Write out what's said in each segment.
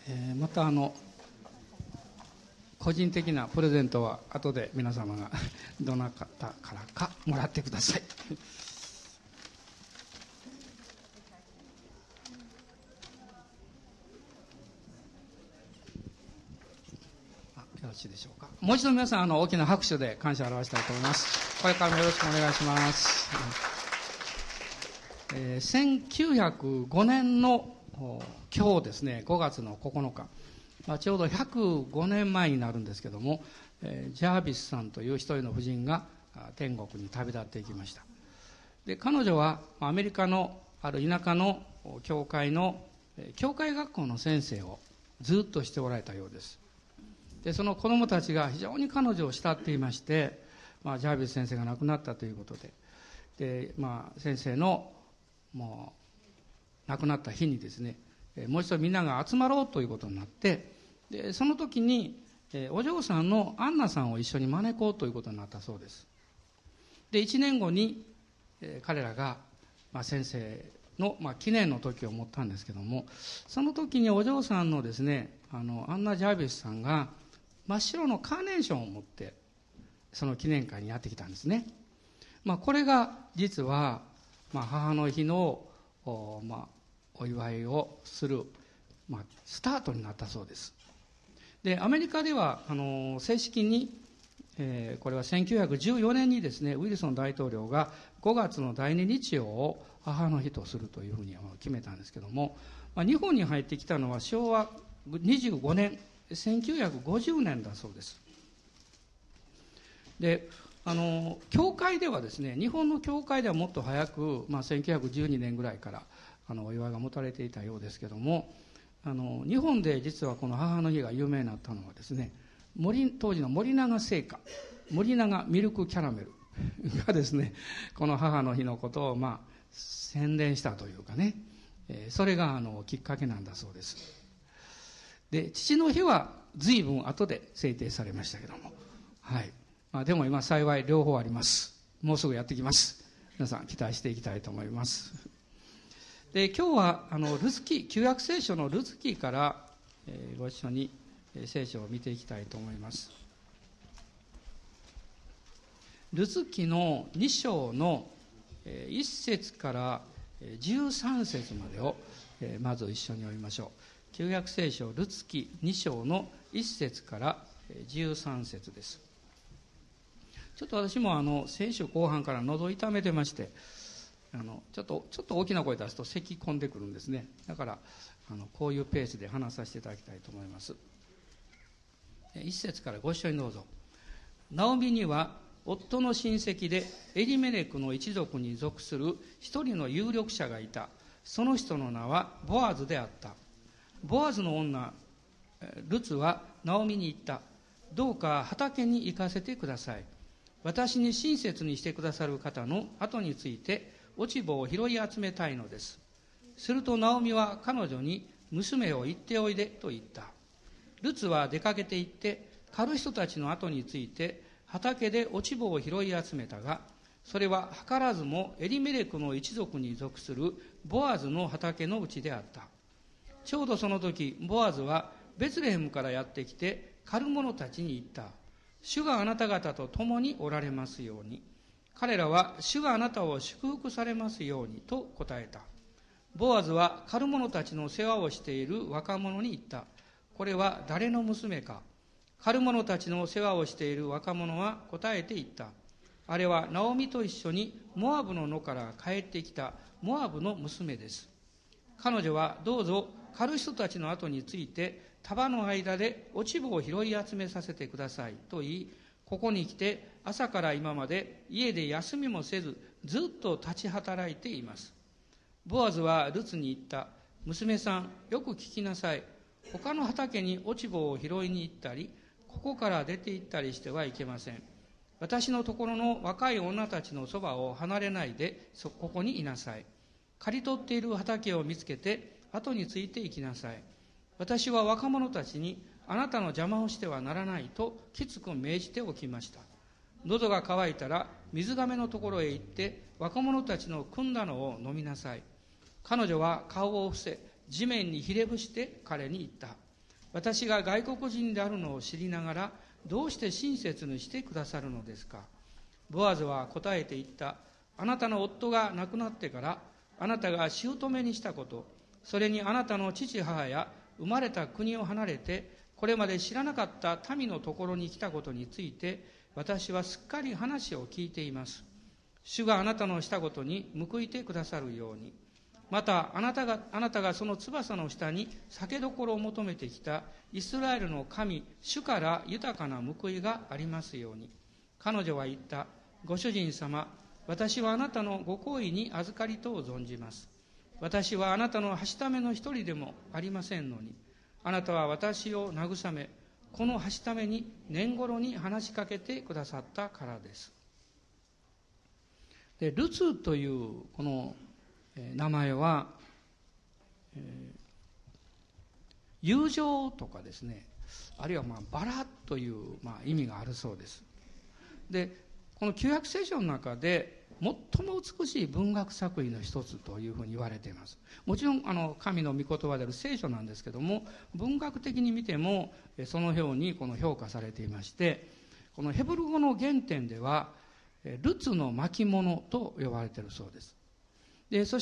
また個人的なプレゼントは後で皆様がどなたからかもらってください。よろしいでしょうか。もう一度皆さん大きな拍手で感謝を表したいと思います。これからもよろしくお願いします。1905年の今日ですね、5月の9日、ちょうど105年前になるんですけども、ジャービスさんという一人の婦人が天国に旅立っていきました。で、彼女はアメリカのある田舎の教会の教会学校の先生をずっとしておられたようです。で、その子供たちが非常に彼女を慕っていまして、ジャービス先生が亡くなったということで、先生のもう亡くなった日にですね、もう一度みんなが集まろうということになって、でその時にお嬢さんのアンナさんを一緒に招こうということになったそうです。で、1年後に彼らが先生の記念の時を持ったんですけども、その時にお嬢さんのですね、アンナ・ジャービスさんが真っ白のカーネーションを持ってその記念会にやってきたんですね。これが実は母の日のお祝いをするスタートになったそうです。で、アメリカでは正式にこれは1914年にですね、ウィルソン大統領が5月の第2日曜を母の日とするというふうに決めたんですけども、日本に入ってきたのは昭和25年1950年だそうです。で、教会ではですね、日本の教会ではもっと早く、1912年ぐらいからお祝いが持たれていたようですけども、日本で実はこの母の日が有名になったのはですね、当時の森永製菓、森永ミルクキャラメルがですね、この母の日のことを宣伝したというかね、それがきっかけなんだそうです。で、父の日は随分後で制定されましたけども、はい。でも今幸い両方あります。もうすぐやってきます。皆さん期待していきたいと思います。で、今日はルツキ、旧約聖書のルツキから、ご一緒に聖書を見ていきたいと思います。ルツキの2章の1節から13節までをまず一緒に読みましょう。旧約聖書ルツキ2章の1節から13節です。ちょっと私も先週後半から喉を痛めてまして、ちょっと大きな声出すと咳込んでくるんですね。だからこういうペースで話させていただきたいと思います。1節からご一緒にどうぞ。ナオミには夫の親戚でエリメレクの一族に属する一人の有力者がいた。その人の名はボアズであった。ボアズの女ルツはナオミに言った。どうか畑に行かせてください。私に親切にしてくださる方の後について落ち穂を拾い集めたいのです。するとナオミは彼女に、娘を行っておいでと言った。ルツは出かけて行って狩る人たちの後について畑で落ち穂を拾い集めたが、それは図らずもエリメレクの一族に属するボアズの畑のうちであった。ちょうどその時ボアズはベツレヘムからやってきて狩る者たちに言った。主があなた方と共におられますように。彼らは主があなたを祝福されますようにと答えた。ボアズは狩る者たちの世話をしている若者に言った。これは誰の娘か。狩る者たちの世話をしている若者は答えて言った。あれはナオミと一緒にモアブの野から帰ってきたモアブの娘です。彼女はどうぞ狩る人たちの後について束の間で落ち穂を拾い集めさせてくださいと言い、ここに来て朝から今まで家で休みもせずずっと立ち働いています。ボアズはルツに言った。娘さん、よく聞きなさい。他の畑に落ち穂を拾いに行ったり、ここから出て行ったりしてはいけません。私のところの若い女たちのそばを離れないでここにいなさい。刈り取っている畑を見つけて後について行きなさい。私は若者たちにあなたの邪魔をしてはならないときつく命じておきました。喉が渇いたら水がめのところへ行って若者たちの汲んだのを飲みなさい。彼女は顔を伏せ地面にひれ伏して彼に言った。 私が外国人であるのを知りながら、どうして親切にしてくださるのですか。ボアズは答えて言った。あなたの夫が亡くなってから、あなたが姑にしたこと、それにあなたの父母や生まれた国を離れて、これまで知らなかった民のところに来たことについて、私はすっかり話を聞いています。主があなたのしたことに報いてくださるように。またあなたがその翼の下に酒どころを求めてきたイスラエルの神、主から豊かな報いがありますように。彼女は言った。ご主人様、私はあなたのご厚意に預かりとを存じます。私はあなたのはしための一人でもありませんのに、あなたは私を慰め、このはしために年頃に話しかけてくださったからです。で、ルツというこの名前は、友情とかですね、あるいはバラという意味があるそうです。で、この旧約聖書の中で最も美しい文学作品の一つというふうに言われています。もちろん神の御言葉である聖書なんですけども、文学的に見てもそのように評価されていまして、このヘブル語の原点ではルツの巻物と呼ばれているそうです。で、そして、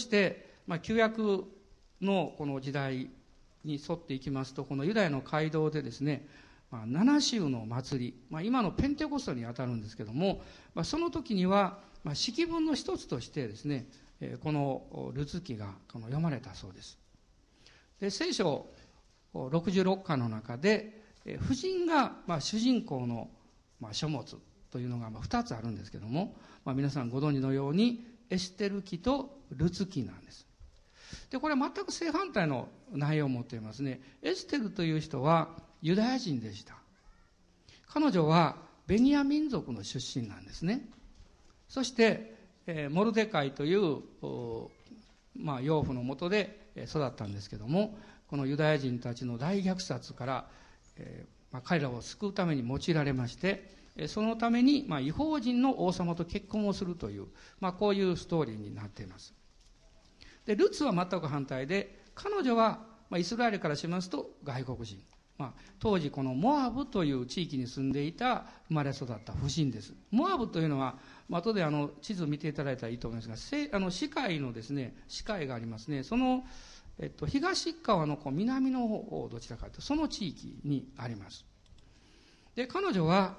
旧約のこの時代に沿っていきますと、このユダヤの街道でですね、7週の祭り、今のペンテコステにあたるんですけども、その時には式文の一つとしてですね、このルツ記が読まれたそうです。で、聖書66巻の中で婦人が主人公の書物というのが2つあるんですけども、皆さんご存知のようにエステル記とルツ記なんです。で、これは全く正反対の内容を持っていますね。エステルという人はユダヤ人でした。彼女はベニヤ民族の出身なんですね。そして、モルデカイという養父のもとで育ったんですけども、このユダヤ人たちの大虐殺から、彼らを救うために用いられまして、そのために異邦人の王様と結婚をするという、こういうストーリーになっています。で、ルツは全く反対で、彼女はイスラエルからしますと外国人、当時このモアブという地域に住んでいた生まれ育った婦人です。モアブというのは、後で地図を見ていただいたらいいと思いますが、死海のですね、死海がありますね。その、東側の南の方、どちらかというとその地域にあります。で、彼女は、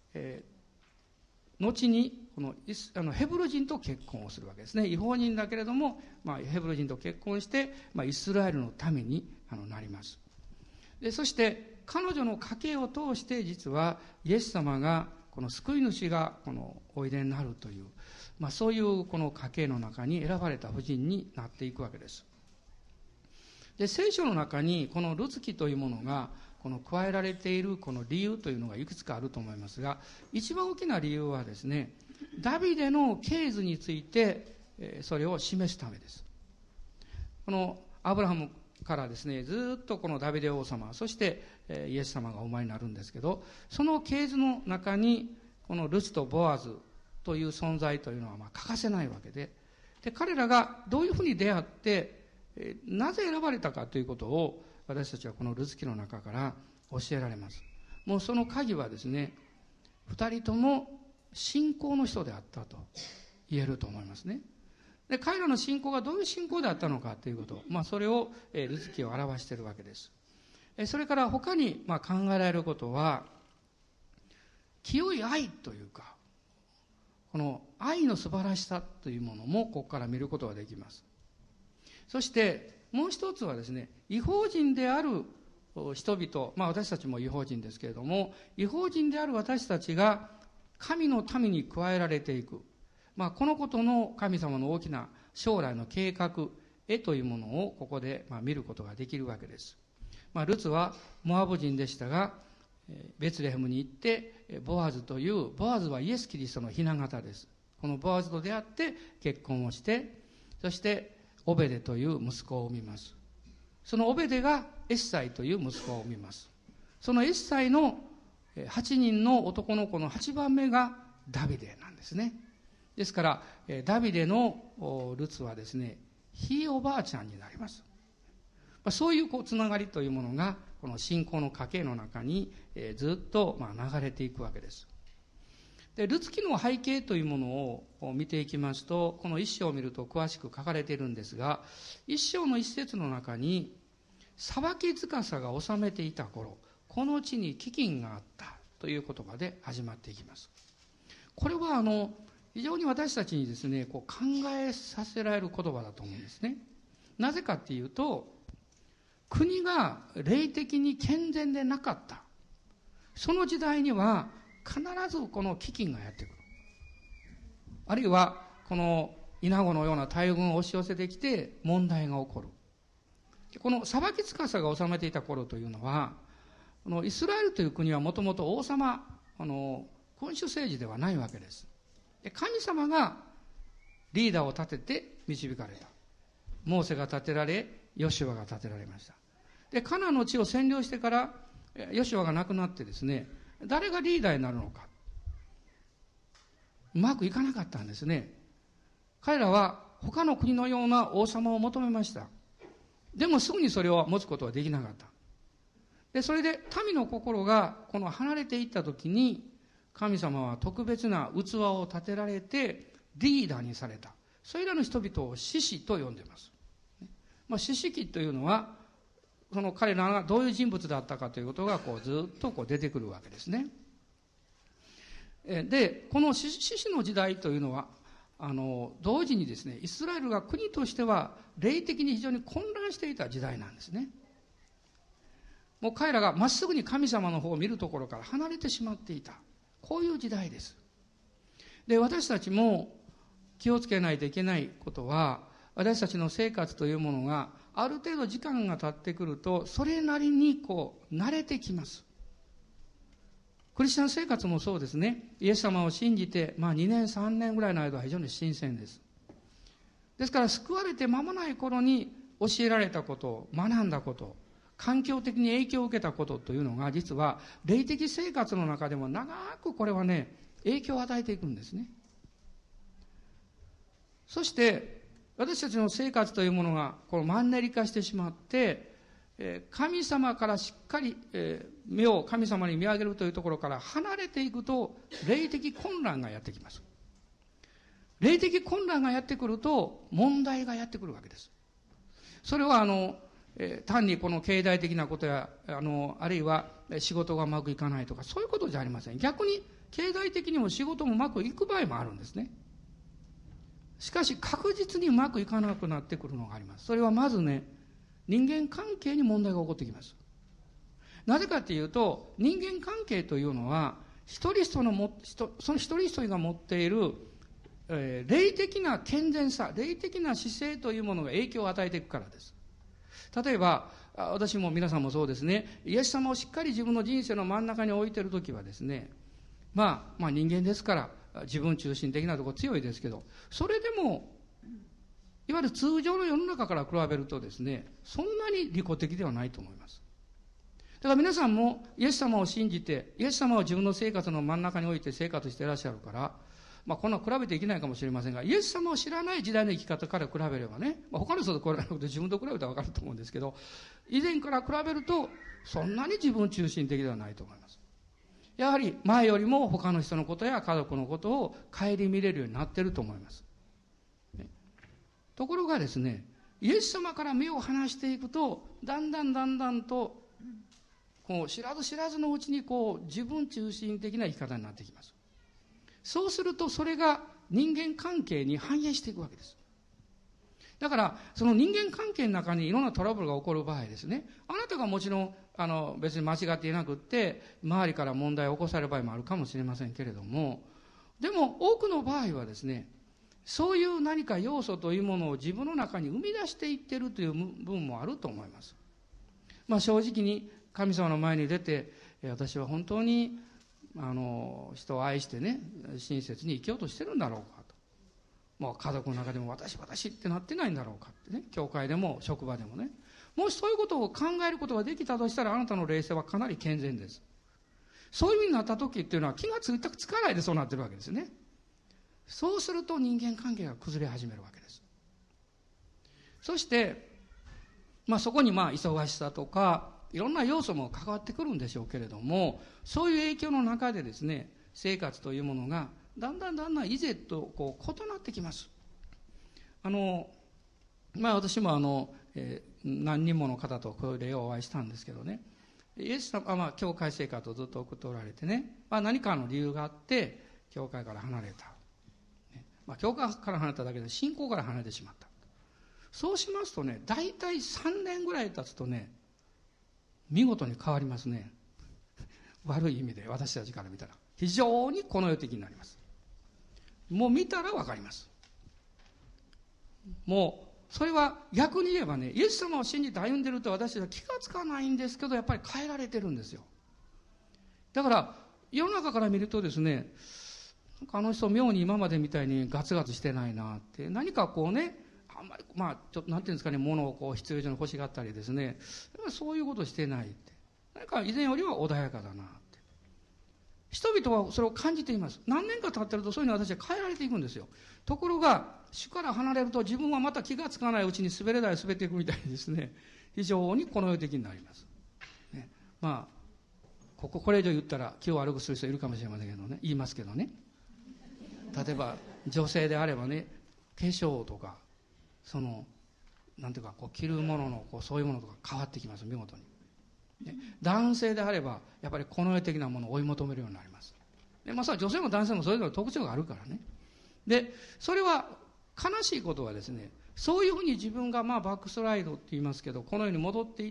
後にこのヘブル人と結婚をするわけですね。異邦人だけれども、ヘブル人と結婚して、イスラエルのためになります。で、そして彼女の家系を通して実はイエス様がこの救い主がおいでになるという、そういうこの家系の中に選ばれた婦人になっていくわけです。で、聖書の中にこのルツ記というものが加えられているこの理由というのがいくつかあると思いますが、一番大きな理由はですね、ダビデの系図についてそれを示すためです。このアブラハムからですね、ずっとこのダビデ王様、そしてイエス様がお生まれになるんですけど、その系図の中にこのルツとボアズという存在というのは欠かせないわけで、彼らがどういうふうに出会ってなぜ選ばれたかということを私たちはこのルツ記の中から教えられます。もうその鍵はですね、二人とも信仰の人であったと言えると思いますね。で、彼らの信仰がどういう信仰であったのかということ、それをルツ記を表しているわけです。それから他に考えられることは、清い愛というか、この愛の素晴らしさというものもここから見ることができます。そしてもう一つはですね、異邦人である人々、私たちも異邦人ですけれども、異邦人である私たちが神の民に加えられていく、このことの神様の大きな将来の計画絵というものをここで見ることができるわけです。ルツはモアブ人でしたが、ベツレヘムに行ってボアズという、ボアズはイエス・キリストの雛形です。このボアズと出会って結婚をして、そしてオベデという息子を産みます。そのオベデがエッサイという息子を産みます。そのエッサイの8人の男の子の8番目がダビデなんですね。ですからダビデのルツはですね、ひいおばあちゃんになります。そういうつながりというものがこの信仰の家系の中に、ずっと流れていくわけです。で、ルツ記の背景というものを見ていきますと、この一章を見ると詳しく書かれているんですが、一章の一節の中に、裁き司が治めていた頃、この地に飢饉があったという言葉で始まっていきます。これは非常に私たちにですね、考えさせられる言葉だと思うんですね。なぜかっていうと、国が霊的に健全でなかった。その時代には必ずこの飢饉がやってくる。あるいはこの稲子のような大軍を押し寄せてきて問題が起こる。この裁き司が治めていた頃というのは、イスラエルという国はもともと王様、君主政治ではないわけです。神様がリーダーを立てて導かれた。モーセが立てられ、ヨシュアが立てられました。で、カナンの地を占領してからヨシュアが亡くなってですね、誰がリーダーになるのか、うまくいかなかったんですね。彼らは他の国のような王様を求めました。でもすぐにそれを持つことはできなかった。で、それで民の心がこの離れていった時に、神様は特別な器を立てられてリーダーにされた。それらの人々を士師と呼んでいます。士師記というのは、その彼らがどういう人物だったかということがずっと出てくるわけですね。で、この士師の時代というのは、同時にですね、イスラエルが国としては霊的に非常に混乱していた時代なんですね。もう彼らがまっすぐに神様の方を見るところから離れてしまっていた。こういう時代です。で、私たちも気をつけないといけないことは、私たちの生活というものがある程度時間が経ってくると、それなりに慣れてきます。クリスチャン生活もそうですね。イエス様を信じて、2年3年ぐらいの間は非常に新鮮です。ですから救われて間もない頃に教えられたこと、学んだこと、環境的に影響を受けたことというのが、実は霊的生活の中でも長くこれはね、影響を与えていくんですね。そして私たちの生活というものがマンネリ化してしまって、神様からしっかり目を神様に見上げるというところから離れていくと、霊的混乱がやってきます。霊的混乱がやってくると問題がやってくるわけです。それは単にこの経済的なことやあるいは仕事がうまくいかないとか、そういうことじゃありません。逆に経済的にも仕事もうまくいく場合もあるんですね。しかし確実にうまくいかなくなってくるのがあります。それはまずね、人間関係に問題が起こってきます。なぜかというと、人間関係というのはその一人一人が持っている、霊的な健全さ、霊的な姿勢というものが影響を与えていくからです。例えば私も皆さんもそうですね、イエス様をしっかり自分の人生の真ん中に置いているときはですね、人間ですから自分中心的なところ強いですけど、それでもいわゆる通常の世の中から比べるとですね、そんなに利己的ではないと思います。だから皆さんもイエス様を信じて、イエス様を自分の生活の真ん中に置いて生活していらっしゃるから、こんな比べていけないかもしれませんが、イエス様を知らない時代の生き方から比べればね、他の人と比べなくて自分と比べたら分かると思うんですけど、以前から比べるとそんなに自分中心的ではないと思います。やはり前よりも他の人のことや家族のことを顧みれるようになっていると思います。ところがですね、イエス様から目を離していくと、だんだんと知らず知らずのうちに自分中心的な生き方になってきます。そうするとそれが人間関係に反映していくわけです。だからその人間関係の中にいろんなトラブルが起こる場合ですね、あなたがもちろん別に間違っていなくって周りから問題を起こされる場合もあるかもしれませんけれども、でも多くの場合はですね、そういう何か要素というものを自分の中に生み出していっているという部分もあると思います。正直に神様の前に出て、私は本当に人を愛してね、親切に生きようとしてるんだろうかと。家族の中でも私ってなってないんだろうかってね、教会でも職場でもね。もしそういうことを考えることができたとしたら、あなたの霊性はかなり健全です。そういうふうになった時っていうのは気がつかないでそうなってるわけですよね。そうすると人間関係が崩れ始めるわけです。そして、そこに忙しさとかいろんな要素も関わってくるんでしょうけれども、そういう影響の中でですね、生活というものがだんだん以前と異なってきます。私も何人もの方とこういう例をお会いしたんですけどね、イエス様は教会生活をずっと送っておられてね、何かの理由があって教会から離れた、教会から離れただけで信仰から離れてしまった。そうしますとね、大体3年ぐらい経つとね、見事に変わりますね。悪い意味で、私たちから見たら非常にこの世的になります。もう見たら分かります。もうそれは逆に言えばね、イエス様を信じて歩んでると私たちは気がつかないんですけど、やっぱり変えられてるんですよ。だから世の中から見るとですね、なんかあの人妙に今までみたいにガツガツしてないなって、何かこうね、あんまりちょっとなんていうんですかね、物を必要以上に欲しがったりですね、そういうことしてないって、何か以前よりは穏やかだなって、人々はそれを感じています。何年か経ってるとそういうのは私は変えられていくんですよ。ところが主から離れると自分はまた気がつかないうちに滑れ台滑っていくみたいにですね、非常にこの世的になります、ね。これ以上言ったら気を悪くする人いるかもしれませんけどね、言いますけどね、例えば女性であればね、化粧とかなんていうか着るもののそういうものとか変わってきます、見事に、ね。男性であればやっぱりこの世的なものを追い求めるようになります。で、それは女性も男性もそれぞれ特徴があるからね。で、それは悲しいことはですね、そういうふうに自分がバックスライドって言いますけど、この世に戻っていって、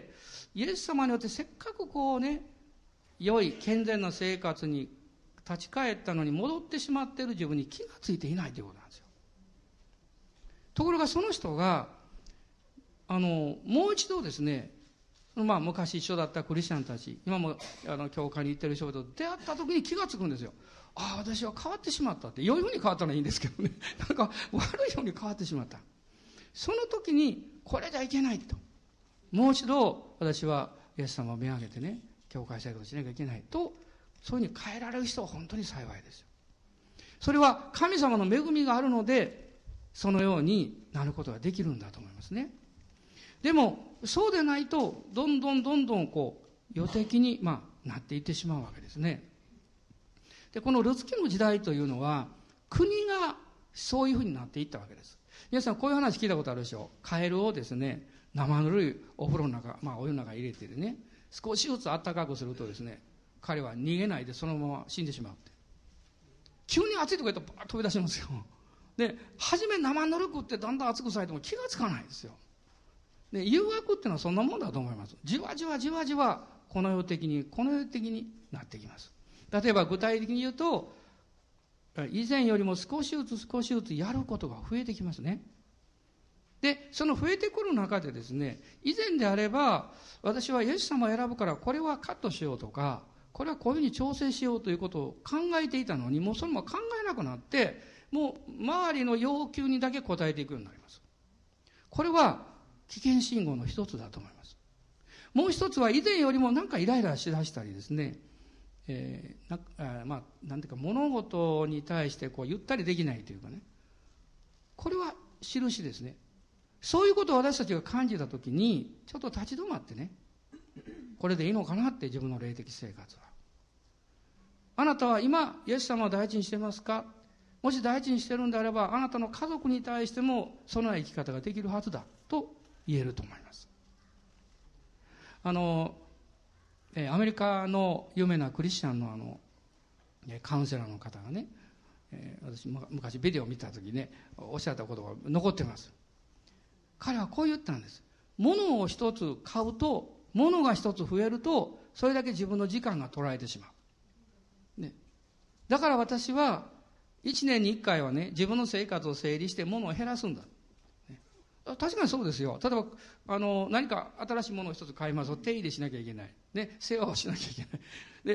イエス様によってせっかく良い健全な生活に立ち返ったのに戻ってしまっている自分に気がついていないということなんですよ。ところがその人がもう一度ですね、昔一緒だったクリスチャンたち、今も教会に行ってる人と出会った時に気がつくんですよ。私は変わってしまったって。良いふうに変わったのはいいんですけどね、なんか悪いように変わってしまった。その時にこれじゃいけないと、もう一度私はイエス様を見上げてね、教会生活をしなきゃいけないと、そういうふうに変えられる人は本当に幸いですよ。それは神様の恵みがあるのでそのようになることができるんだと思いますね。でもそうでないとどんどん世的になっていってしまうわけですね。で、このルツキの時代というのは国がそういうふうになっていったわけです。皆さんこういう話聞いたことあるでしょう。カエルをですね、生ぬるいお風呂の中、お湯の中に入れてね、少しずつ暖かくするとですね、彼は逃げないでそのまま死んでしまうって。急に暑いとか言うとバーッと飛び出しますよ。で、初め生ぬるくってだんだん熱くされても気がつかないですよ。で、誘惑っていうのはそんなもんだと思います。じわじわこの世的になってきます。例えば具体的に言うと、以前よりも少しずつやることが増えてきますね。で、その増えてくる中でですね、以前であれば私はイエス様を選ぶからこれはカットしようとか、これはこういうふうに調整しようということを考えていたのに、もうそれも考えなくなって、もう周りの要求にだけ応えていくようになります。これは危険信号の一つだと思います。もう一つは以前よりもなんかイライラしだしたりですね、なんていうか物事に対してゆったりできないというかね、これは印ですね。そういうことを私たちが感じたときにちょっと立ち止まってね、これでいいのかなって、自分の霊的生活は。あなたは今イエス様を第一にしてますか。もし第一にしてるんであれば、あなたの家族に対してもそのような生き方ができるはずだと言えると思います。アメリカの有名なクリスチャンのカウンセラーの方がね、私昔ビデオを見た時ね、おっしゃったことが残ってます。彼はこう言ったんです。物を一つ買うと、物が一つ増えると、それだけ自分の時間が取られてしまう、ね。だから私は1年に1回はね、自分の生活を整理して物を減らすんだ、ね。確かにそうですよ。例えば何か新しいものを一つ買いますと手入れしなきゃいけない、ね、世話をしなきゃいけない。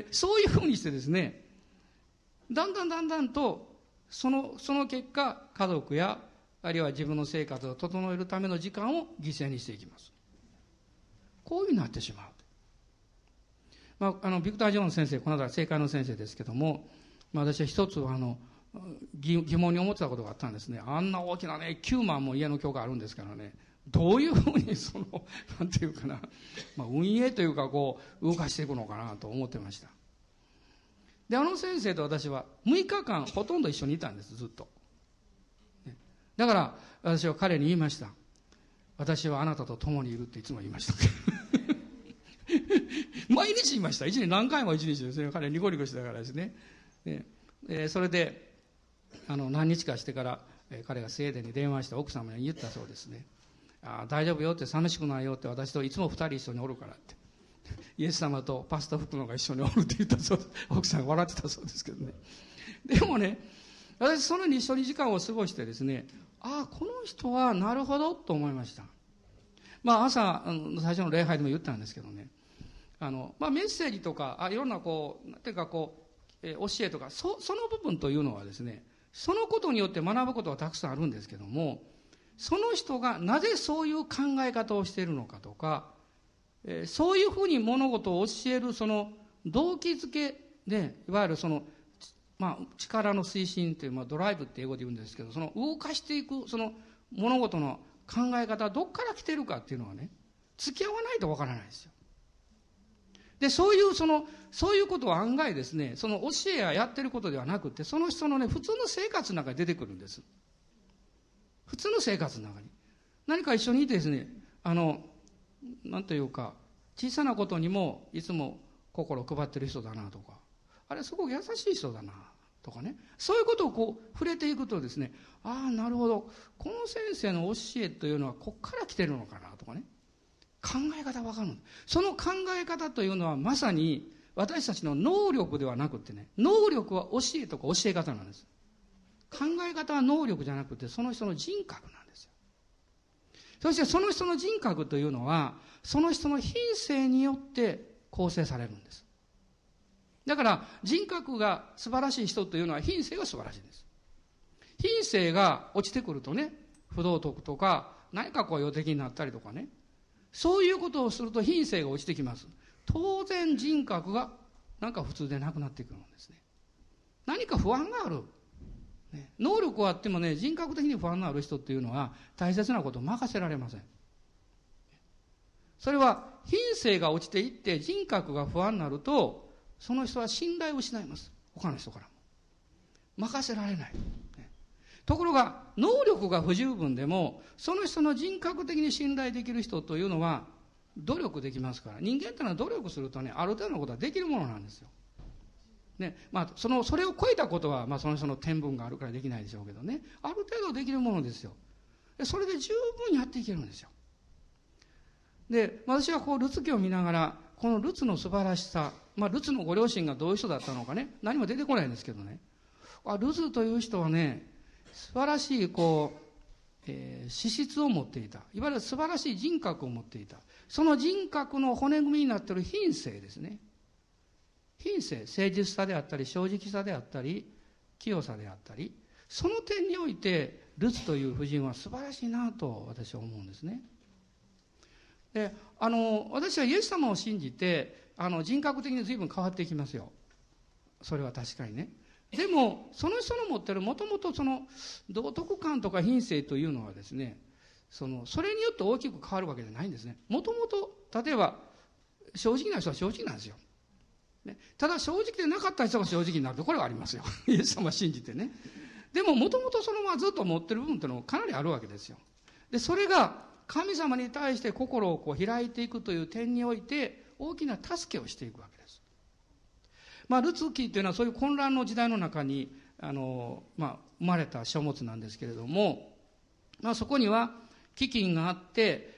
で、そういうふうにしてですね、だんだんとその結果、家族やあるいは自分の生活を整えるための時間を犠牲にしていきます。こういうふうになってしまう。ビクター・ジョーンズ先生、この間正解の先生ですけども、私は一つ疑問に思ってたことがあったんですね。あんな大きなね、9万も家の教会あるんですからね、 どういうふうになんていうかな、運営というか動かしていくのかなと思ってました。で、先生と私は6日間ほとんど一緒にいたんです、ずっと。だから、私は彼に言いました。私はあなたと共にいるっていつも言いました。毎日言いました。一日何回も一日ですね。彼ニコニコしてたからですね。それで、何日かしてから、彼がスウェーデンに電話して奥様に言ったそうですね。大丈夫よって、寂しくないよって、私といつも2人一緒におるからって。イエス様とパスタ吹くのが一緒におるって言ったそうです。奥さんが笑ってたそうですけどね。でもね、私その一緒に時間を過ごしてですね、この人はなるほどと思いました。朝、最初の礼拝でも言ったんですけどね、メッセージとか、いろんな教えとか、その部分というのはですね、そのことによって学ぶことはたくさんあるんですけども、その人がなぜそういう考え方をしているのかとか、そういうふうに物事を教えるその動機づけで、いわゆる力の推進という、ドライブって英語で言うんですけど、その動かしていくその物事の考え方はどっから来てるかっていうのはね、付き合わないとわからないですよ。で、そういうことは案外ですね、その教えややってることではなくて、その人のね、普通の生活の中に出てくるんです。普通の生活の中に。何か一緒にいてですね、なんというか、小さなことにもいつも心を配ってる人だなとか、あれすごく優しい人だなとかね、そういうことを触れていくとですね、なるほど、この先生の教えというのはこっから来てるのかなとかね、考え方わかる。その考え方というのはまさに私たちの能力ではなくてね、能力は教えとか教え方なんです。考え方は能力じゃなくて、その人の人格なんですよ。そしてその人の人格というのは、その人の品性によって構成されるんです。だから人格が素晴らしい人というのは品性が素晴らしいんです。品性が落ちてくるとね、不道徳とか何か予定になったりとかね、そういうことをすると品性が落ちてきます。当然人格がなんか普通でなくなってくるんですね。何か不安がある。能力はあってもね、人格的に不安のある人っていうのは大切なことを任せられません。それは品性が落ちていって人格が不安になると、その人は信頼を失います。他の人からも任せられない。ところが能力が不十分でも、その人の人格的に信頼できる人というのは努力できますから。人間ってのは努力するとね、ある程度のことはできるものなんですよ。ね、それを超えたことは、その人の天分があるからできないでしょうけどね、ある程度できるものですよ。それで十分やっていけるんですよ。で、私はルツ記を見ながら、このルツの素晴らしさ、ルツのご両親がどういう人だったのかね、何も出てこないんですけどね、ルツという人はね、素晴らしい資質を持っていた。いわゆる素晴らしい人格を持っていた。その人格の骨組みになっている品性ですね。品性、誠実さであったり、正直さであったり、清さであったり、その点において、ルツという婦人は素晴らしいなと私は思うんですね。で、私はイエス様を信じて、人格的に随分変わっていきますよ。それは確かにね。でも、その人の持っているもともとその道徳観とか品性というのはですね、それによって大きく変わるわけじゃないんですね。もともと、例えば、正直な人は正直なんですよ。ね、ただ正直でなかった人が正直になるところがありますよ。イエス様を信じてね。でももともとそのままずっと持ってる部分というのもかなりあるわけですよ。で、それが神様に対して心を開いていくという点において大きな助けをしていくわけです。ルツ記というのはそういう混乱の時代の中に生まれた書物なんですけれども、そこには飢饉があって、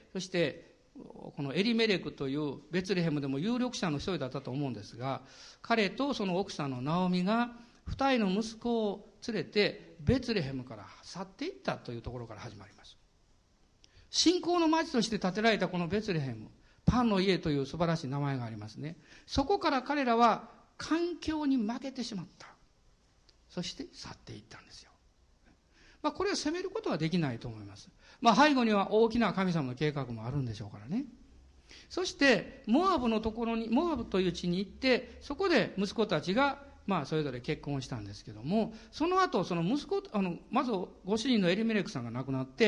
そしてこのエリメレクというベツレヘムでも有力者の一人だったと思うんですが、彼とその奥さんのナオミが二人の息子を連れてベツレヘムから去っていったというところから始まります。信仰の町として建てられたこのベツレヘム、パンの家という素晴らしい名前がありますね。そこから彼らは環境に負けてしまった。そして去っていったんですよ。これを責めることはできないと思います。背後には大きな神様の計画もあるんでしょうからね。そしてモアブのところに、モアブという地に行って、そこで息子たちがそれぞれ結婚したんですけども、その後その息子、まずご主人のエリメレクさんが亡くなって、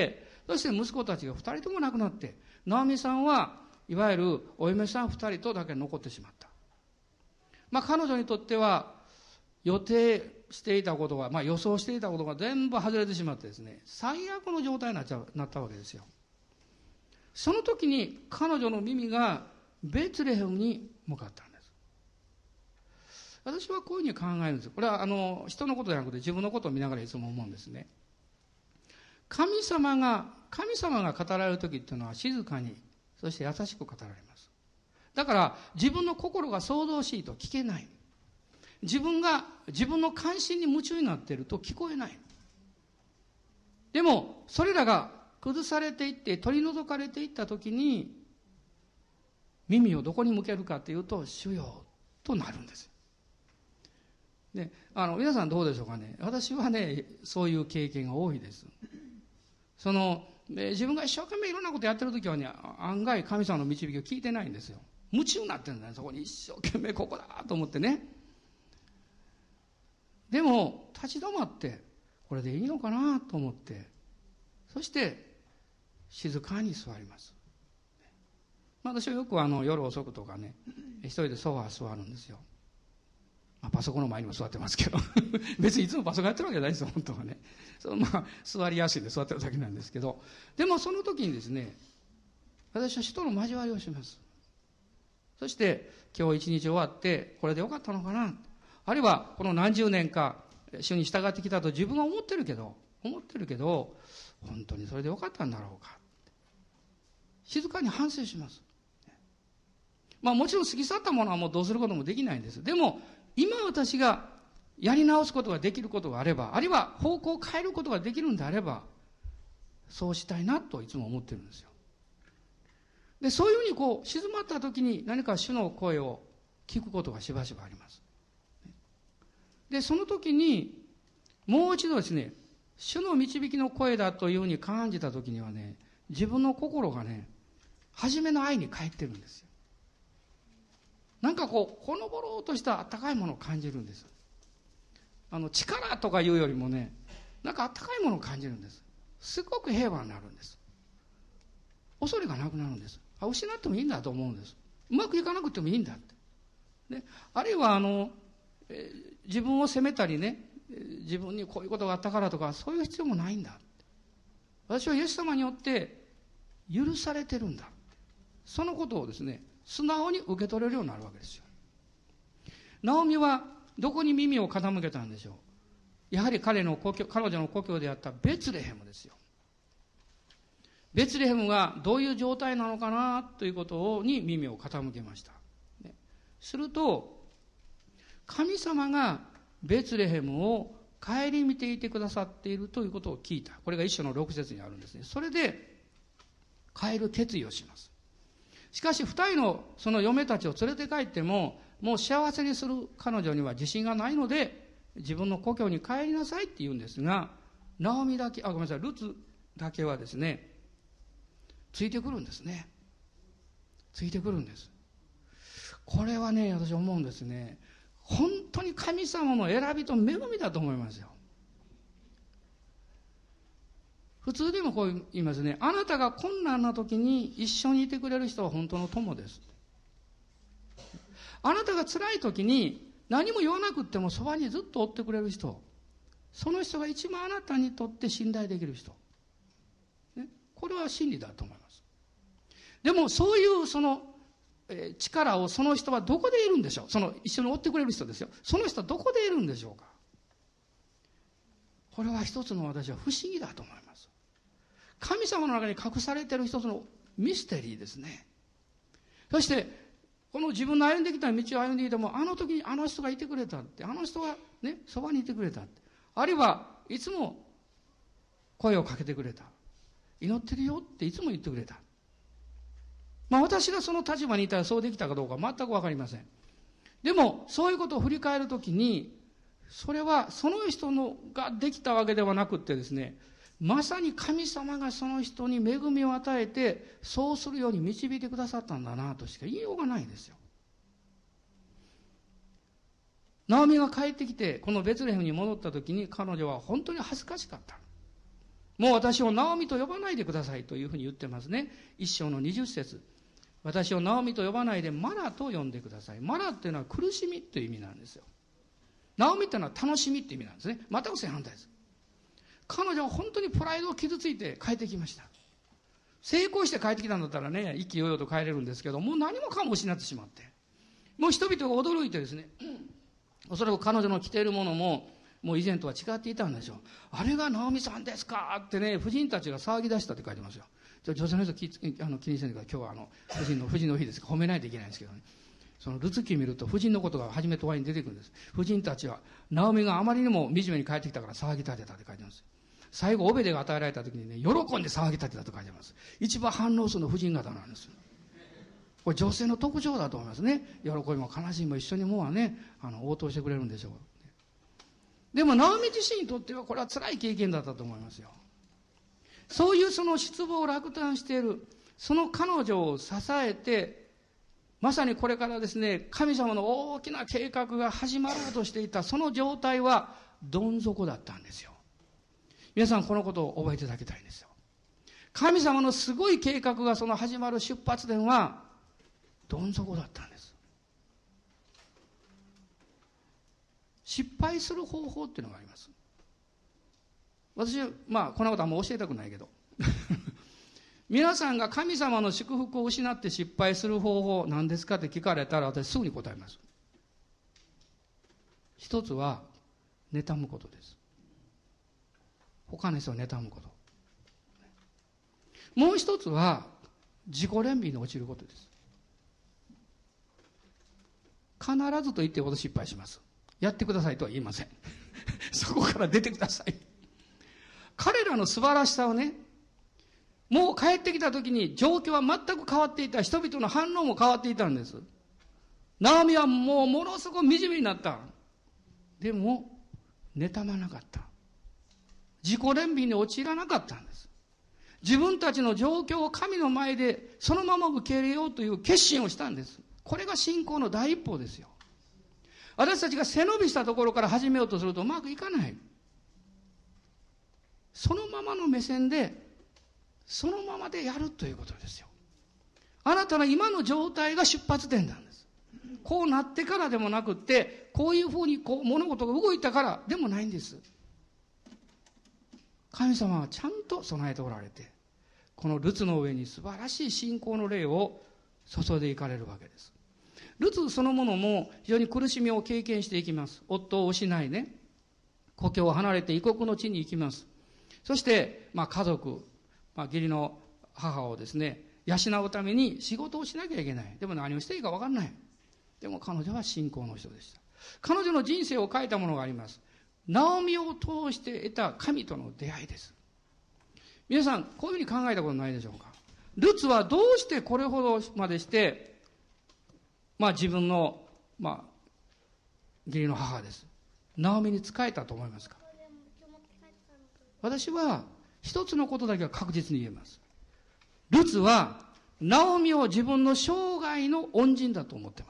そして息子たちが2人とも亡くなって、ナオミさんはいわゆるお嫁さん2人とだけ残ってしまった。彼女にとっては予定していたことが、予想していたことが全部外れてしまってですね、最悪の状態になったわけですよ。その時に彼女の耳がベツレヘムに向かったんです。私はこういうふうに考えるんです。これは人のことじゃなくて自分のことを見ながらいつも思うんですね。神様が語られる時っていうのは静かに、そして優しく語られます。だから自分の心が騒々しいと聞けない。自分の関心に夢中になっていると聞こえない。でもそれらが崩されていって取り除かれていった時に、耳をどこに向けるかというと、主よとなるんです。で、皆さんどうでしょうかね。私はね、そういう経験が多いです。自分が一生懸命いろんなことやってる時はね、案外神様の導きを聞いてないんですよ。夢中になってるんだよ。そこに一生懸命ここだと思ってね。でも立ち止まってこれでいいのかなと思って、そして静かに座ります。私はよく夜遅くとかね、一人でソファー座るんですよ。パソコンの前にも座ってますけど別にいつもパソコンやってるわけじゃないですよ、本当はね。座りやすいんで座ってるだけなんですけど、でもその時にですね、私は人の交わりをします。そして今日一日終わってこれでよかったのかな、あるいはこの何十年か主に従ってきたと自分は思ってるけど本当にそれでよかったんだろうか、静かに反省します。もちろん過ぎ去ったものはもうどうすることもできないんです。でも今私がやり直すことができることがあれば、あるいは方向を変えることができるんであれば、そうしたいなといつも思ってるんですよ。で、そういうふうに静まった時に何か主の声を聞くことがしばしばあります。で、その時にもう一度ですね、主の導きの声だというふうに感じた時にはね、自分の心がね、初めの愛に帰ってるんですよ。なんかほのぼろとした温かいものを感じるんです。力とかいうよりもね、なんか温かいものを感じるんです。すごく平和になるんです。恐れがなくなるんです。失ってもいいんだと思うんです。うまくいかなくてもいいんだって。で、あるいは自分を責めたりね、自分にこういうことがあったからとか、そういう必要もないんだ。私はイエス様によって許されてるんだ。そのことをですね、素直に受け取れるようになるわけですよ。ナオミはどこに耳を傾けたんでしょう。やはり彼女の故郷であったベツレヘムですよ。ベツレヘムがどういう状態なのかなということに耳を傾けました。すると、神様がベツレヘムを顧みていてくださっているということを聞いた。これが一章の6節にあるんですね。それで帰る決意をします。しかし二人のその嫁たちを連れて帰っても、もう幸せにする彼女には自信がないので、自分の故郷に帰りなさいって言うんですが、ルツだけはですね、ついてくるんですね。ついてくるんです。これはね、私思うんですね。本当に神様の選びと恵みだと思いますよ。普通でもこう言いますね。あなたが困難な時に一緒にいてくれる人は本当の友です。あなたが辛い時に何も言わなくってもそばにずっと追ってくれる人、その人が一番あなたにとって信頼できる人、ね、これは真理だと思います。でもそういう力をその人はどこで得るんでしょう。一緒に追ってくれる人ですよ。その人はどこで得るんでしょうか。これは一つの私は不思議だと思います。神様の中に隠されている一つのミステリーですね。そしてこの自分の歩んできた道を歩んでいても、あの時にあの人がいてくれたって、あの人がね、そばにいてくれたって、あるいはいつも声をかけてくれた、祈ってるよっていつも言ってくれた。私がその立場にいたらそうできたかどうか全く分かりません。でもそういうことを振り返るときに、それはその人ができたわけではなくってですね、まさに神様がその人に恵みを与えて、そうするように導いてくださったんだなとしか言いようがないですよ。ナオミが帰ってきてこのベツレヘムに戻った時に、彼女は本当に恥ずかしかった。 もう私をナオミと呼ばないでくださいというふうに言ってますね。一章の20節。私をナオミと呼ばないでマラと呼んでください。マラっていうのは苦しみという意味なんですよ。ナオミっていうのは楽しみっていう意味なんですね。また正反対です。彼女は本当にプライドを傷ついて帰ってきました。成功して帰ってきたんだったらね、意気揚々と帰れるんですけど、もう何もかも失ってしまって。もう人々が驚いてですね、おそらく彼女の着ているものも、もう以前とは違っていたんでしょう。あれがナオミさんですかってね、婦人たちが騒ぎ出したって書いてますよ。女性の人気にせんでください。今日は婦人の日ですから褒めないといけないんですけどね。そのルツ記見ると婦人のことが初めと終わりに出てくるんです。婦人たちは、ナオミがあまりにも惨めに帰ってきたから騒ぎ立てたって書いてます。最後、オベデが与えられた時にね、喜んで騒ぎ立てたと書いてます。一番反応するの婦人方なんです。これ女性の特徴だと思いますね。喜びも悲しみも一緒にもうはね、応答してくれるんでしょう。でも、ナオミ自身にとってはこれは辛い経験だったと思いますよ。そういうその失望落胆している、その彼女を支えて、まさにこれからですね、神様の大きな計画が始まろうとしていた、その状態はどん底だったんですよ。皆さんこのことを覚えていただきたいんですよ。神様のすごい計画がその始まる出発点はどん底だったんです。失敗する方法っていうのがあります。私、こんなことはあんま教えたくないけど皆さんが神様の祝福を失って失敗する方法何ですかって聞かれたら私すぐに答えます。一つは妬むことです。他の人を妬むこと。もう一つは自己憐憫に陥ることです。必ずと言ってほど失敗します。やってくださいとは言いませんそこから出てください。彼らの素晴らしさをね、もう帰ってきた時に状況は全く変わっていた。人々の反応も変わっていたんです。ナオミはもうものすごく惨めになった。でも妬まなかった。自己憐憫に陥らなかったんです。自分たちの状況を神の前でそのまま受け入れようという決心をしたんです。これが信仰の第一歩ですよ。私たちが背伸びしたところから始めようとするとうまくいかない。そのままの目線でそのままでやるということですよ。あなたの今の状態が出発点なんです。こうなってからでもなくって、こういうふうに物事が動いたからでもないんです。神様はちゃんと備えておられて、このルツの上に素晴らしい信仰の霊を注いでいかれるわけです。ルツそのものも非常に苦しみを経験していきます。夫を失いね、故郷を離れて異国の地に行きます。そして、家族、義理の母をですね、養うために仕事をしなきゃいけない。でも何をしていいか分かんない。でも彼女は信仰の人でした。彼女の人生を変えたものがあります。ナオミを通して得た神との出会いです。皆さん、こういうふうに考えたことないでしょうか。ルツはどうしてこれほどまでして、自分の、義理の母です。ナオミに仕えたと思いますか。私は一つのことだけは確実に言えます。ルツはナオミを自分の生涯の恩人だと思っています。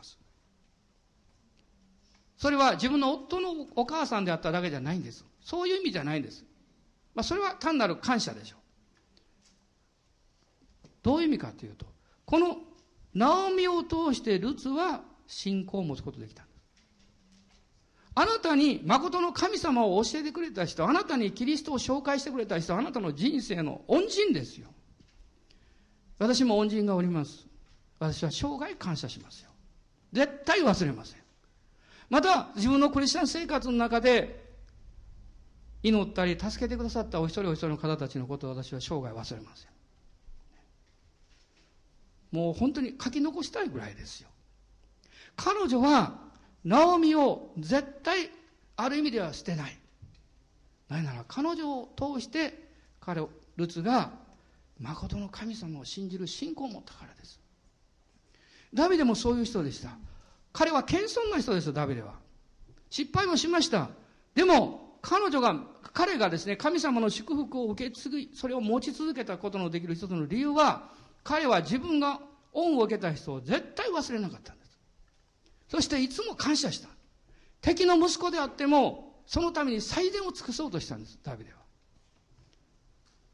それは自分の夫のお母さんであっただけじゃないんです。そういう意味じゃないんです。それは単なる感謝でしょう。どういう意味かというと、このナオミを通してルツは信仰を持つことができたんです。あなたに誠の神様を教えてくれた人、あなたにキリストを紹介してくれた人、あなたの人生の恩人ですよ。私も恩人がおります。私は生涯感謝しますよ。絶対忘れません。また自分のクリスチャン生活の中で祈ったり助けてくださったお一人お一人の方たちのことを私は生涯忘れません。もう本当に書き残したいぐらいですよ。彼女はナオミを絶対ある意味では捨てない。なぜなら彼女を通してルツが誠の神様を信じる信仰を持ったからです。ダビデもそういう人でした。彼は謙遜な人ですよ。ダビデは失敗もしました。でも彼がですね、神様の祝福を受け継ぎ、それを持ち続けたことのできる一つの理由は、彼は自分が恩を受けた人を絶対忘れなかったんです。そしていつも感謝した。敵の息子であってもそのために最善を尽くそうとしたんです。ダビデは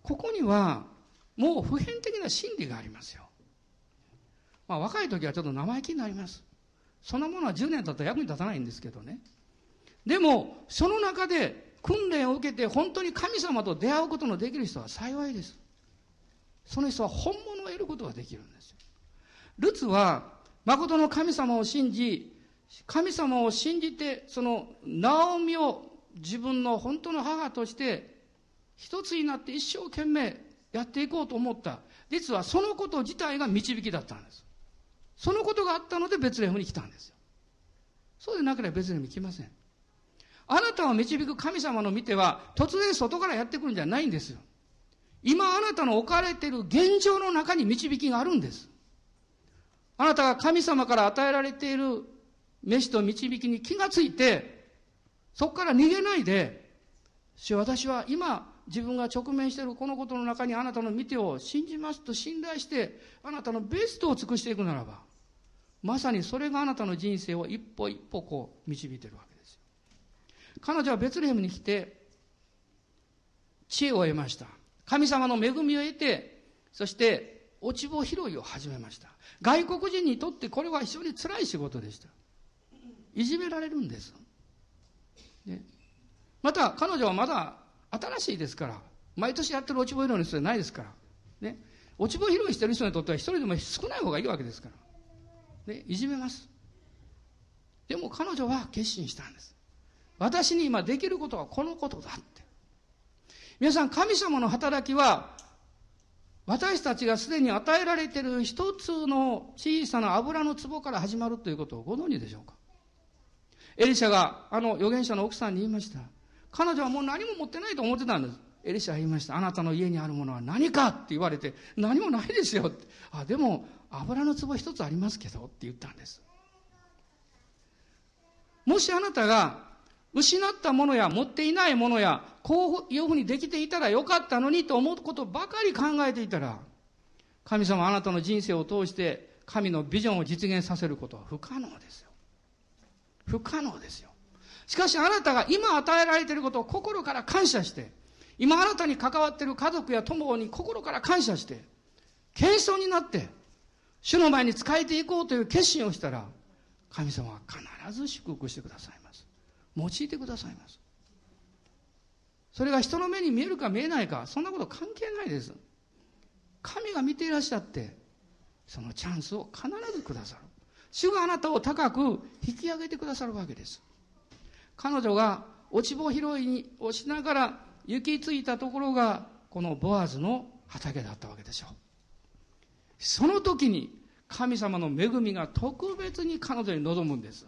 ここにはもう普遍的な真理がありますよ。若い時はちょっと生意気になります。そんなものは10年経ったら役に立たないんですけどね。でもその中で訓練を受けて本当に神様と出会うことのできる人は幸いです。その人は本物を得ることができるんですよ。ルツは誠の神様を信じ、神様を信じてそのナオミを自分の本当の母として一つになって一生懸命やっていこうと思った。実はそのこと自体が導きだったんです。そのことがあったのでベツレヘムに来たんですよ。そうでなければベツレヘムに来ません。あなたを導く神様の見ては突然外からやってくるんじゃないんですよ。今あなたの置かれている現状の中に導きがあるんです。あなたが神様から与えられている召しと導きに気がついて、そこから逃げないで、主よ、私は今自分が直面しているこのことの中にあなたの御手を信じますと信頼して、あなたのベストを尽くしていくならば、まさにそれがあなたの人生を一歩一歩こう導いているわけですよ。彼女はベツレヘムに来て知恵を得ました。神様の恵みを得て、そして落ち穂拾いを始めました。外国人にとってこれは非常に辛い仕事でした。いじめられるんです。ね、また彼女はまだ新しいですから、毎年やってる落ち穂拾いの人じゃないですから、ね、落ち穂拾いしてる人にとっては一人でも少ない方がいいわけですから、ね、いじめます。でも彼女は決心したんです。私に今できることはこのことだって。皆さん、神様の働きは私たちがすでに与えられている一つの小さな油の壺から始まるということをご存知でしょうか。エリシャが預言者の奥さんに言いました。彼女はもう何も持ってないと思ってたんです。エリシャは言いました。あなたの家にあるものは何かって言われて、何もないですよって。でも油の壺一つありますけどって言ったんです。もしあなたが失ったものや持っていないものやこういうふうにできていたらよかったのにと思うことばかり考えていたら、神様はあなたの人生を通して神のビジョンを実現させることは不可能ですよ。不可能ですよ。しかしあなたが今与えられていることを心から感謝して、今あなたに関わっている家族や友に心から感謝して、謙遜になって主の前に仕えていこうという決心をしたら、神様は必ず祝福してくださいます。用いてくださいます。それが人の目に見えるか見えないか、そんなこと関係ないです。神が見ていらっしゃって、そのチャンスを必ずくださる。主があなたを高く引き上げてくださるわけです。彼女が落ち穂拾いをしながら行き着いたところがこのボアズの畑だったわけでしょう。その時に神様の恵みが特別に彼女に臨むんです。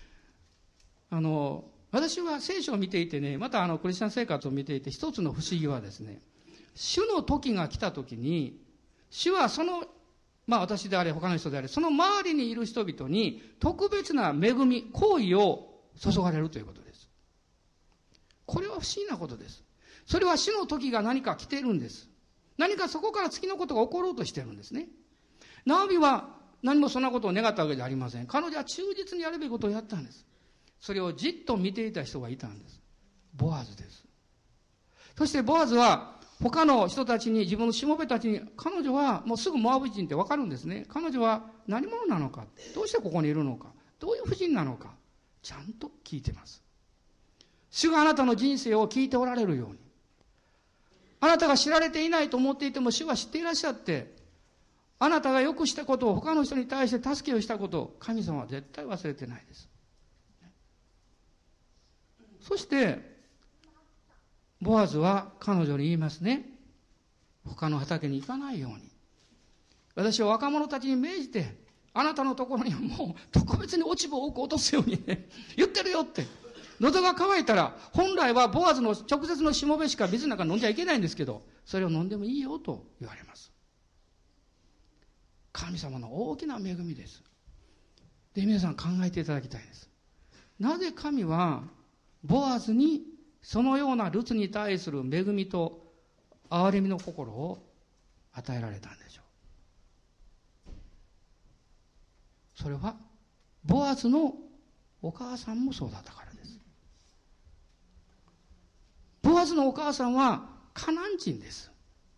私は聖書を見ていてね、またクリスチャン生活を見ていて一つの不思議はですね、主の時が来た時に、主はその私であれ他の人であれ、その周りにいる人々に特別な恵み、行為を注がれるということです。これは不思議なことです。それは主の時が何か来ているんです。何かそこから次のことが起ころうとしているんですね。ナオミは何もそんなことを願ったわけじゃありません。彼女は忠実にやるべきことをやったんです。それをじっと見ていた人がいたんです。ボアズです。そしてボアズは他の人たちに、自分のしもべたちに、彼女はもうすぐモアブ人ってわかるんですね。彼女は何者なのか、どうしてここにいるのか、どういう婦人なのか、ちゃんと聞いてます。主があなたの人生を聞いておられるように、あなたが知られていないと思っていても主は知っていらっしゃって、あなたがよくしたことを、他の人に対して助けをしたことを神様は絶対忘れてないです。そしてボアズは彼女に言いますね。他の畑に行かないように、私は若者たちに命じて、あなたのところにはもう特別に落ち葉を多く落とすようにね、言ってるよって。喉が渇いたら、本来はボアズの直接のしもべしか水なんか飲んじゃいけないんですけど、それを飲んでもいいよと言われます。神様の大きな恵みです。で、皆さん考えていただきたいです。なぜ神はボアズにそのようなルツに対する恵みと憐れみの心を与えられたんでしょう。それはボアズのお母さんもそうだったからです。ボアズのお母さんはカナン人です。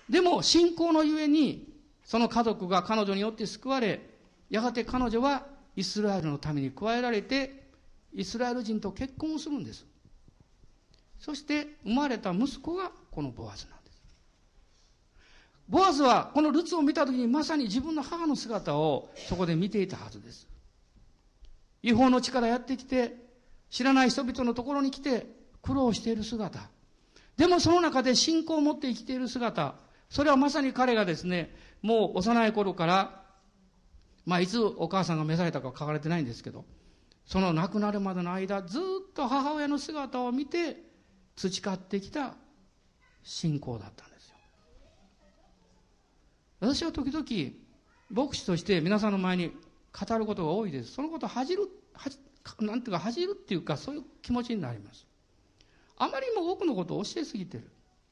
でも信仰のゆえにその家族が彼女によって救われ、やがて彼女はイスラエルのために加えられてイスラエル人と結婚をするんです。そして生まれた息子がこのボアズなんです。ボアズはこのルツを見たときにまさに自分の母の姿をそこで見ていたはずです。違法の地からやってきて、知らない人々のところに来て苦労している姿、でもその中で信仰を持って生きている姿、それはまさに彼がですね、もう幼い頃から、いつお母さんが召されたかは書かれてないんですけど、その亡くなるまでの間ずっと母親の姿を見て培ってきた信仰だったんですよ。私は時々牧師として皆さんの前に語ることが多いです。そのことを恥じるっていうか、そういう気持ちになります。あまりにも多くのことを教えすぎてる。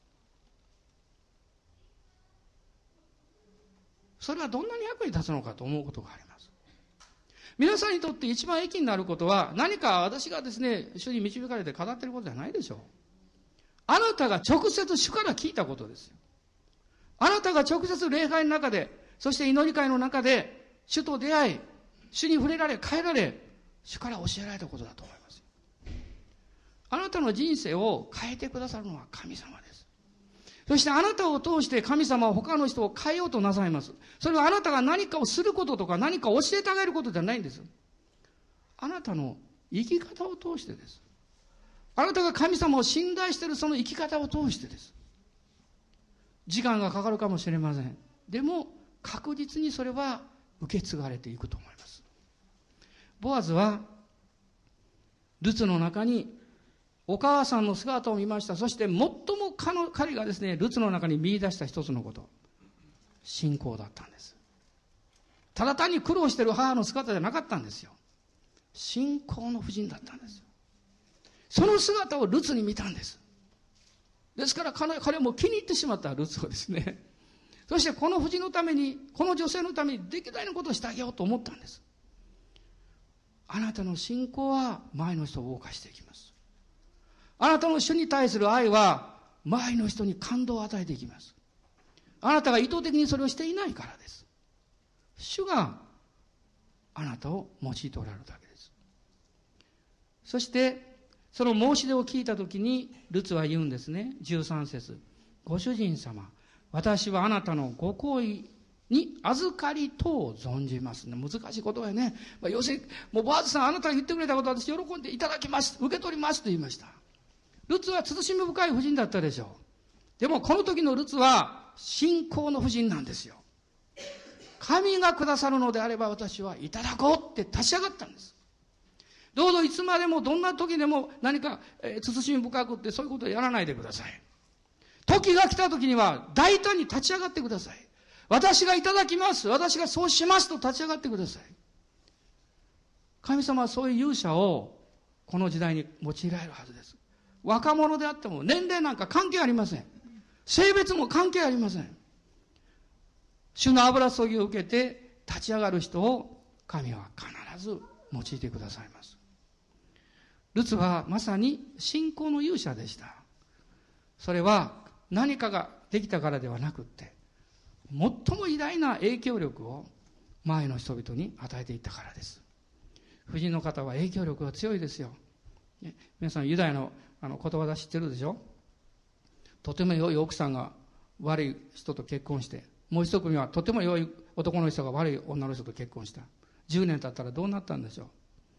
それはどんなに役に立つのかと思うことがあります。皆さんにとって一番益になることは、何か私がですね、主に導かれて語っていることじゃないでしょう。あなたが直接主から聞いたことですよ。あなたが直接礼拝の中で、そして祈り会の中で主と出会い、主に触れられ変えられ、主から教えられたことだと思います。あなたの人生を変えてくださるのは神様です。そしてあなたを通して神様は他の人を変えようとなさいます。それはあなたが何かをすることとか何かを教えてあげることじゃないんです。あなたの生き方を通してです。あなたが神様を信頼しているその生き方を通してです。時間がかかるかもしれません。でも確実にそれは受け継がれていくと思います。ボアズはルツの中にお母さんの姿を見ました。そして最も彼がですね、ルツの中に見出した一つのこと、信仰だったんです。ただ単に苦労している母の姿じゃなかったんですよ。信仰の婦人だったんですよ。その姿をルツに見たんです。ですから彼はもう気に入ってしまったルツをですね、そしてこの婦人のために、この女性のためにできるだけのことをしてあげようと思ったんです。あなたの信仰は前の人を動かしていきます。あなたの主に対する愛は周りの人に感動を与えていきます。あなたが意図的にそれをしていないからです。主があなたを用いておられるだけです。そしてその申し出を聞いたときにルツは言うんですね。13節、ご主人様、私はあなたのご好意に預かりとを存じますね。難しい言葉やね。要するにもうボアズさん、あなたが言ってくれたことを私喜んでいただきます、受け取りますと言いました。ルツは慎み深い婦人だったでしょう。でもこの時のルツは信仰の婦人なんですよ。神がくださるのであれば私はいただこうって立ち上がったんです。どうぞいつまでもどんな時でも何か慎み深くってそういうことをやらないでください。時が来た時には大胆に立ち上がってください。私がいただきます、私がそうしますと立ち上がってください。神様はそういう勇者をこの時代に用いられるはずです。若者であっても年齢なんか関係ありません。性別も関係ありません。主の油注ぎを受けて立ち上がる人を神は必ず用いてくださいます。ルツはまさに信仰の勇者でした。それは何かができたからではなくって最も偉大な影響力を前の人々に与えていったからです。婦人の方は影響力が強いですよ。皆さんユダヤのことわざ知ってるでしょ。とても良い奥さんが悪い人と結婚して、もう一組はとても良い男の人が悪い女の人と結婚した。10年経ったらどうなったんでしょう。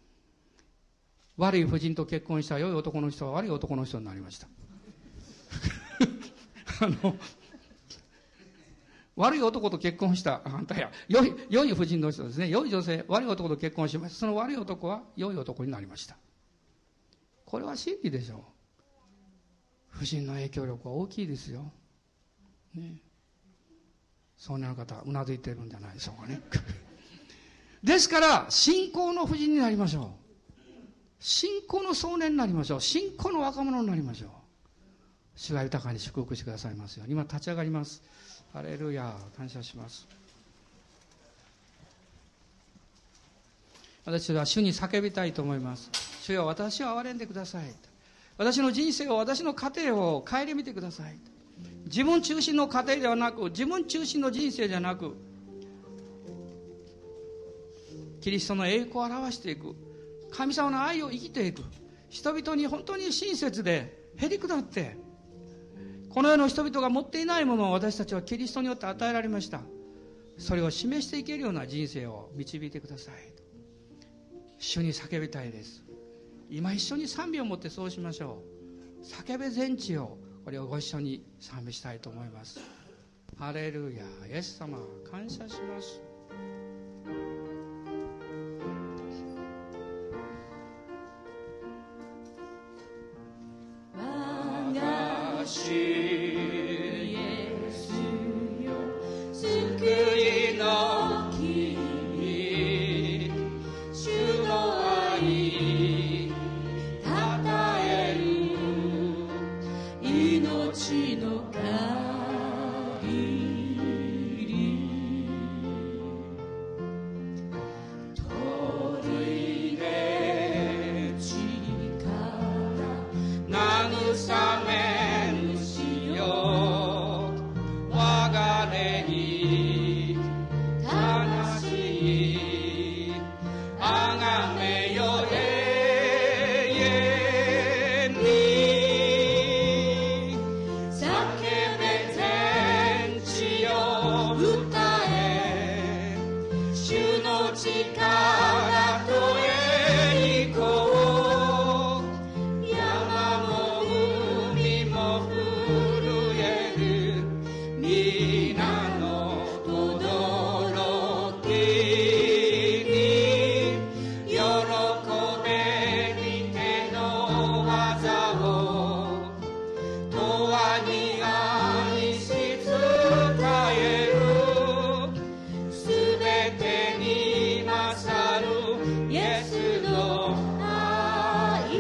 悪い婦人と結婚した良い男の人は悪い男の人になりました悪い男と結婚した反対や良い婦人の人ですね、良い女性、悪い男と結婚しました。その悪い男は良い男になりました。これは真理でしょう。婦人の影響力は大きいですよ、ね、そうなる方はうなずいてるんじゃないでしょうかねですから信仰の婦人になりましょう。信仰の少年になりましょう。信仰の若者になりましょう。主が豊かに祝福してくださいますように。今立ち上がります。ハレルヤ、感謝します。私は主に叫びたいと思います。主よ、私を憐れんでください。私の人生を、私の家庭を顧みてください。 自分中心の家庭ではなく、自分中心の人生じゃなく、キリストの栄光を表していく、神様の愛を生きていく、人々に本当に親切でへりくだって、この世の人々が持っていないものを私たちはキリストによって与えられました。それを示していけるような人生を導いてください。主に叫びたいです。今一緒に賛美を持ってそうしましょう。叫べ全地を、これをご一緒に賛美したいと思います。ハレルヤ、イエス様感謝します。 我が主イエスよ、救いの君、主の愛たたえる命の限り、砦地から慰め主よ、我が霊に魂あがめよ永遠に、叫べ天地よ歌え、主の力と栄光、山も海も震える皆の轟きに、喜べに手の技を永遠に愛し伝える、すべてに勝るイエスの愛。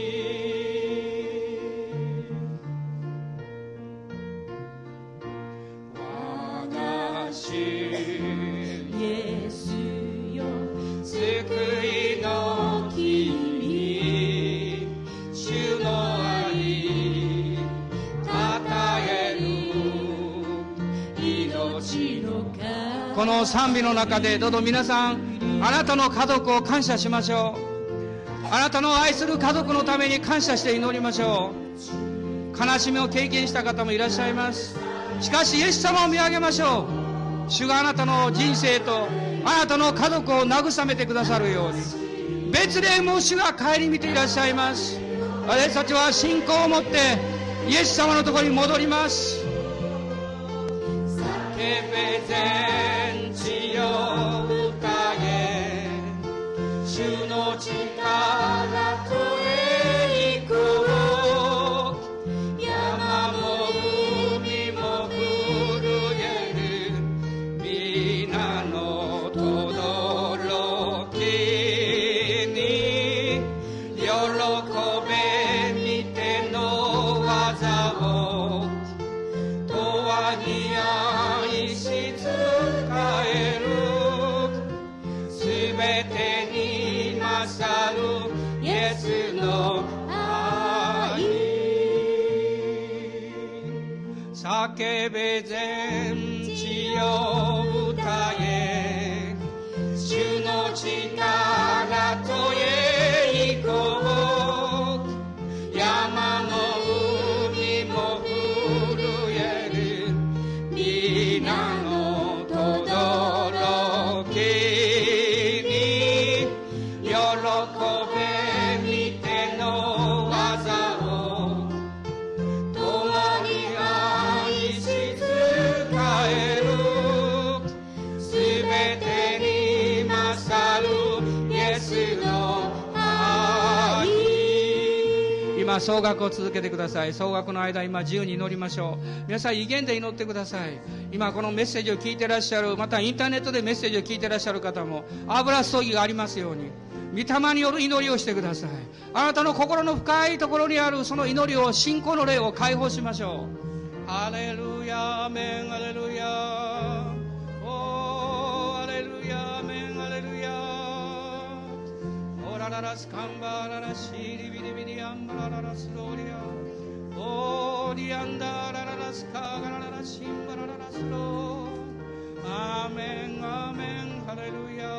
我が主イエスよ、救いの君、主の愛たたえる命の限り。 この賛美の中でどうぞ皆さん、あなたの家族を感謝しましょう。あなたの愛する家族のために感謝して祈りましょう。悲しみを経験した方もいらっしゃいます。しかしイエス様を見上げましょう。主があなたの人生とあなたの家族を慰めてくださるように、ベツレヘムを主が顧みていらっしゃいます。私たちは信仰を持ってイエス様のところに戻ります。 叫べ全地よ歌え、主の力と栄光、山も海も震える皆の轟きに、喜べに手の技を永遠に愛し伝える、すべてに勝るイエスの愛。 叫べ全地よ歌え、 主の力と栄光、山も海も震える皆の轟きに、喜べに手の技を永遠に愛し伝える、すべてに勝るイエスの愛。 今総額を続けてください。総額の間、今自由に祈りましょう。皆さん威厳で祈ってください。今このメッセージを聞いてらっしゃる、またインターネットでメッセージを聞いてらっしゃる方も、油注ぎがありますように、御霊による祈りをしてください。あなたの心の深いところにあるその祈りを、信仰の霊を解放しましょう。ハレルヤ、アメン、ハレルヤ、おー、ハレルヤ、アメン、ハレルヤ、オラララスカンバララシリビリビリアンバラララスローリア、オーリアンダララララスカガラララシンバラララスロアーメンアーメンハレルヤ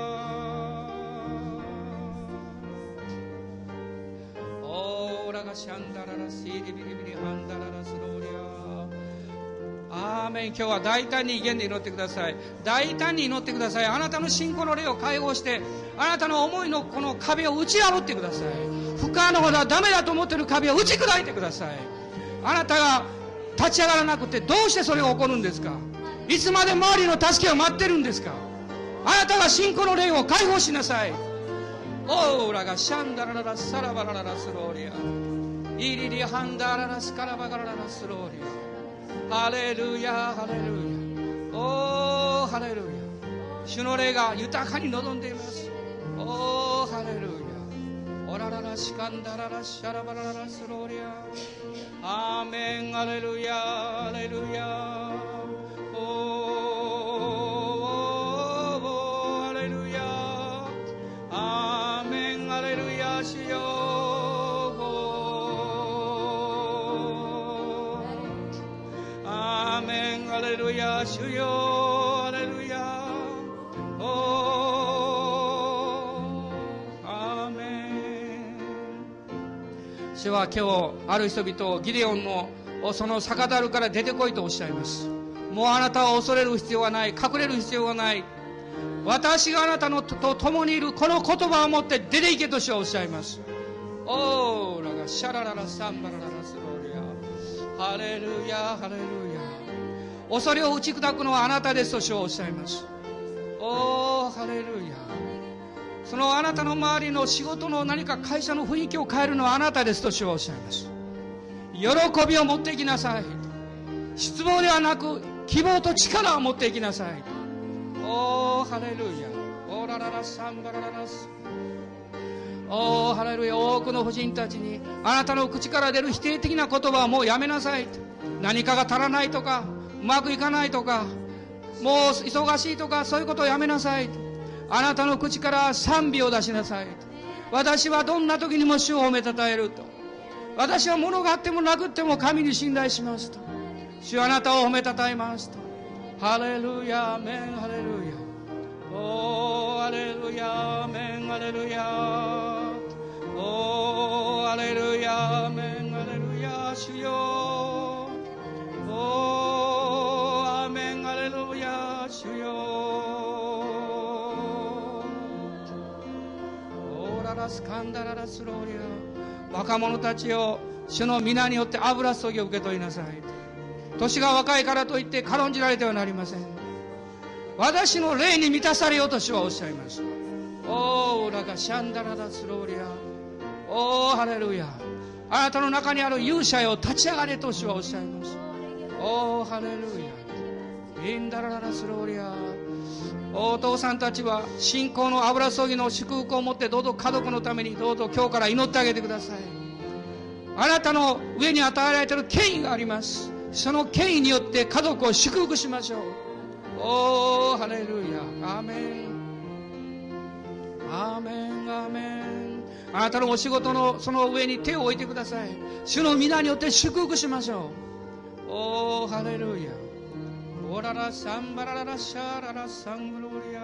オーラガシャンダララシリビリビリハンダララスローリアーメン。今日は大胆に威厳で祈ってください。大胆に祈ってください。あなたの信仰の霊を解放して、あなたの思いのこの壁を打ち破ってください。不可能だ、ダメだと思っている壁を打ち砕いてください。あなたが立ち上がらなくてどうしてそれが起こるんですか？いつまで周りの助けを待ってるんですか？あなたが信仰の霊を解放しなさい。オーラがシャンダラララサラバラララスローリアイリリハンダララスカラバガラララスローリアハレルヤハレルヤオーハレルヤ。主の霊が豊かに望んでいます。オーハレルヤオラララシカンダララシャラバラララスローリアアーメンハレルヤハレルヤオーハレルヤアーメンハレルヤ主よアーメンハレルヤ主よハレルヤ主は今日ある人々をギデオンのその酒樽から出てこいとおっしゃいます。もうあなたは恐れる必要はない、隠れる必要はない。私があなたのと共にいるこの言葉を持って出て行けと主はおっしゃいます。オーラがシャラララサンバラララスローリアハレルヤハレルヤ。恐れを打ち砕くのはあなたですと主はおっしゃいます。オーハレルヤ。そのあなたの周りの仕事の何か会社の雰囲気を変えるのはあなたですと主はおっしゃいます。喜びを持っていきなさい。失望ではなく希望と力を持っていきなさい。オーハレルヤオーラララサンバラララスオーハレルヤ。多くの婦人たちにあなたの口から出る否定的な言葉はもうやめなさい。何かが足らないとかうまくいかないとかもう忙しいとかそういうことをやめなさい。あなたの口から賛美を出しなさい。私はどんな時にも主を褒めたたえると。私は物があってもなくっても神に信頼しますと。主はあなたを褒めたたえますと。ハレルヤアメンハレルヤオーハレルヤアメンハレルヤオーハレルヤアメンハレルヤ主よオーアメンハレルヤ主よラスカンダララスローリア。若者たちを主の皆によって油注ぎを受け取りなさい。年が若いからといって軽んじられてはなりません。私の霊に満たされようと主はおっしゃいます。オーラがシャンダララスローリアオーハレルヤ。あなたの中にある勇者よ立ち上がれと主はおっしゃいます。オーハレルヤインダラララスローリア。お父さんたちは信仰の油注ぎの祝福を持ってどうぞ家族のためにどうぞ今日から祈ってあげてください。あなたの上に与えられている権威があります。その権威によって家族を祝福しましょう。おーハレルヤアーメンアーメンアーメン。あなたのお仕事のその上に手を置いてください。主の皆によって祝福しましょう。おーハレルヤオララサンバラララシャララサングロリア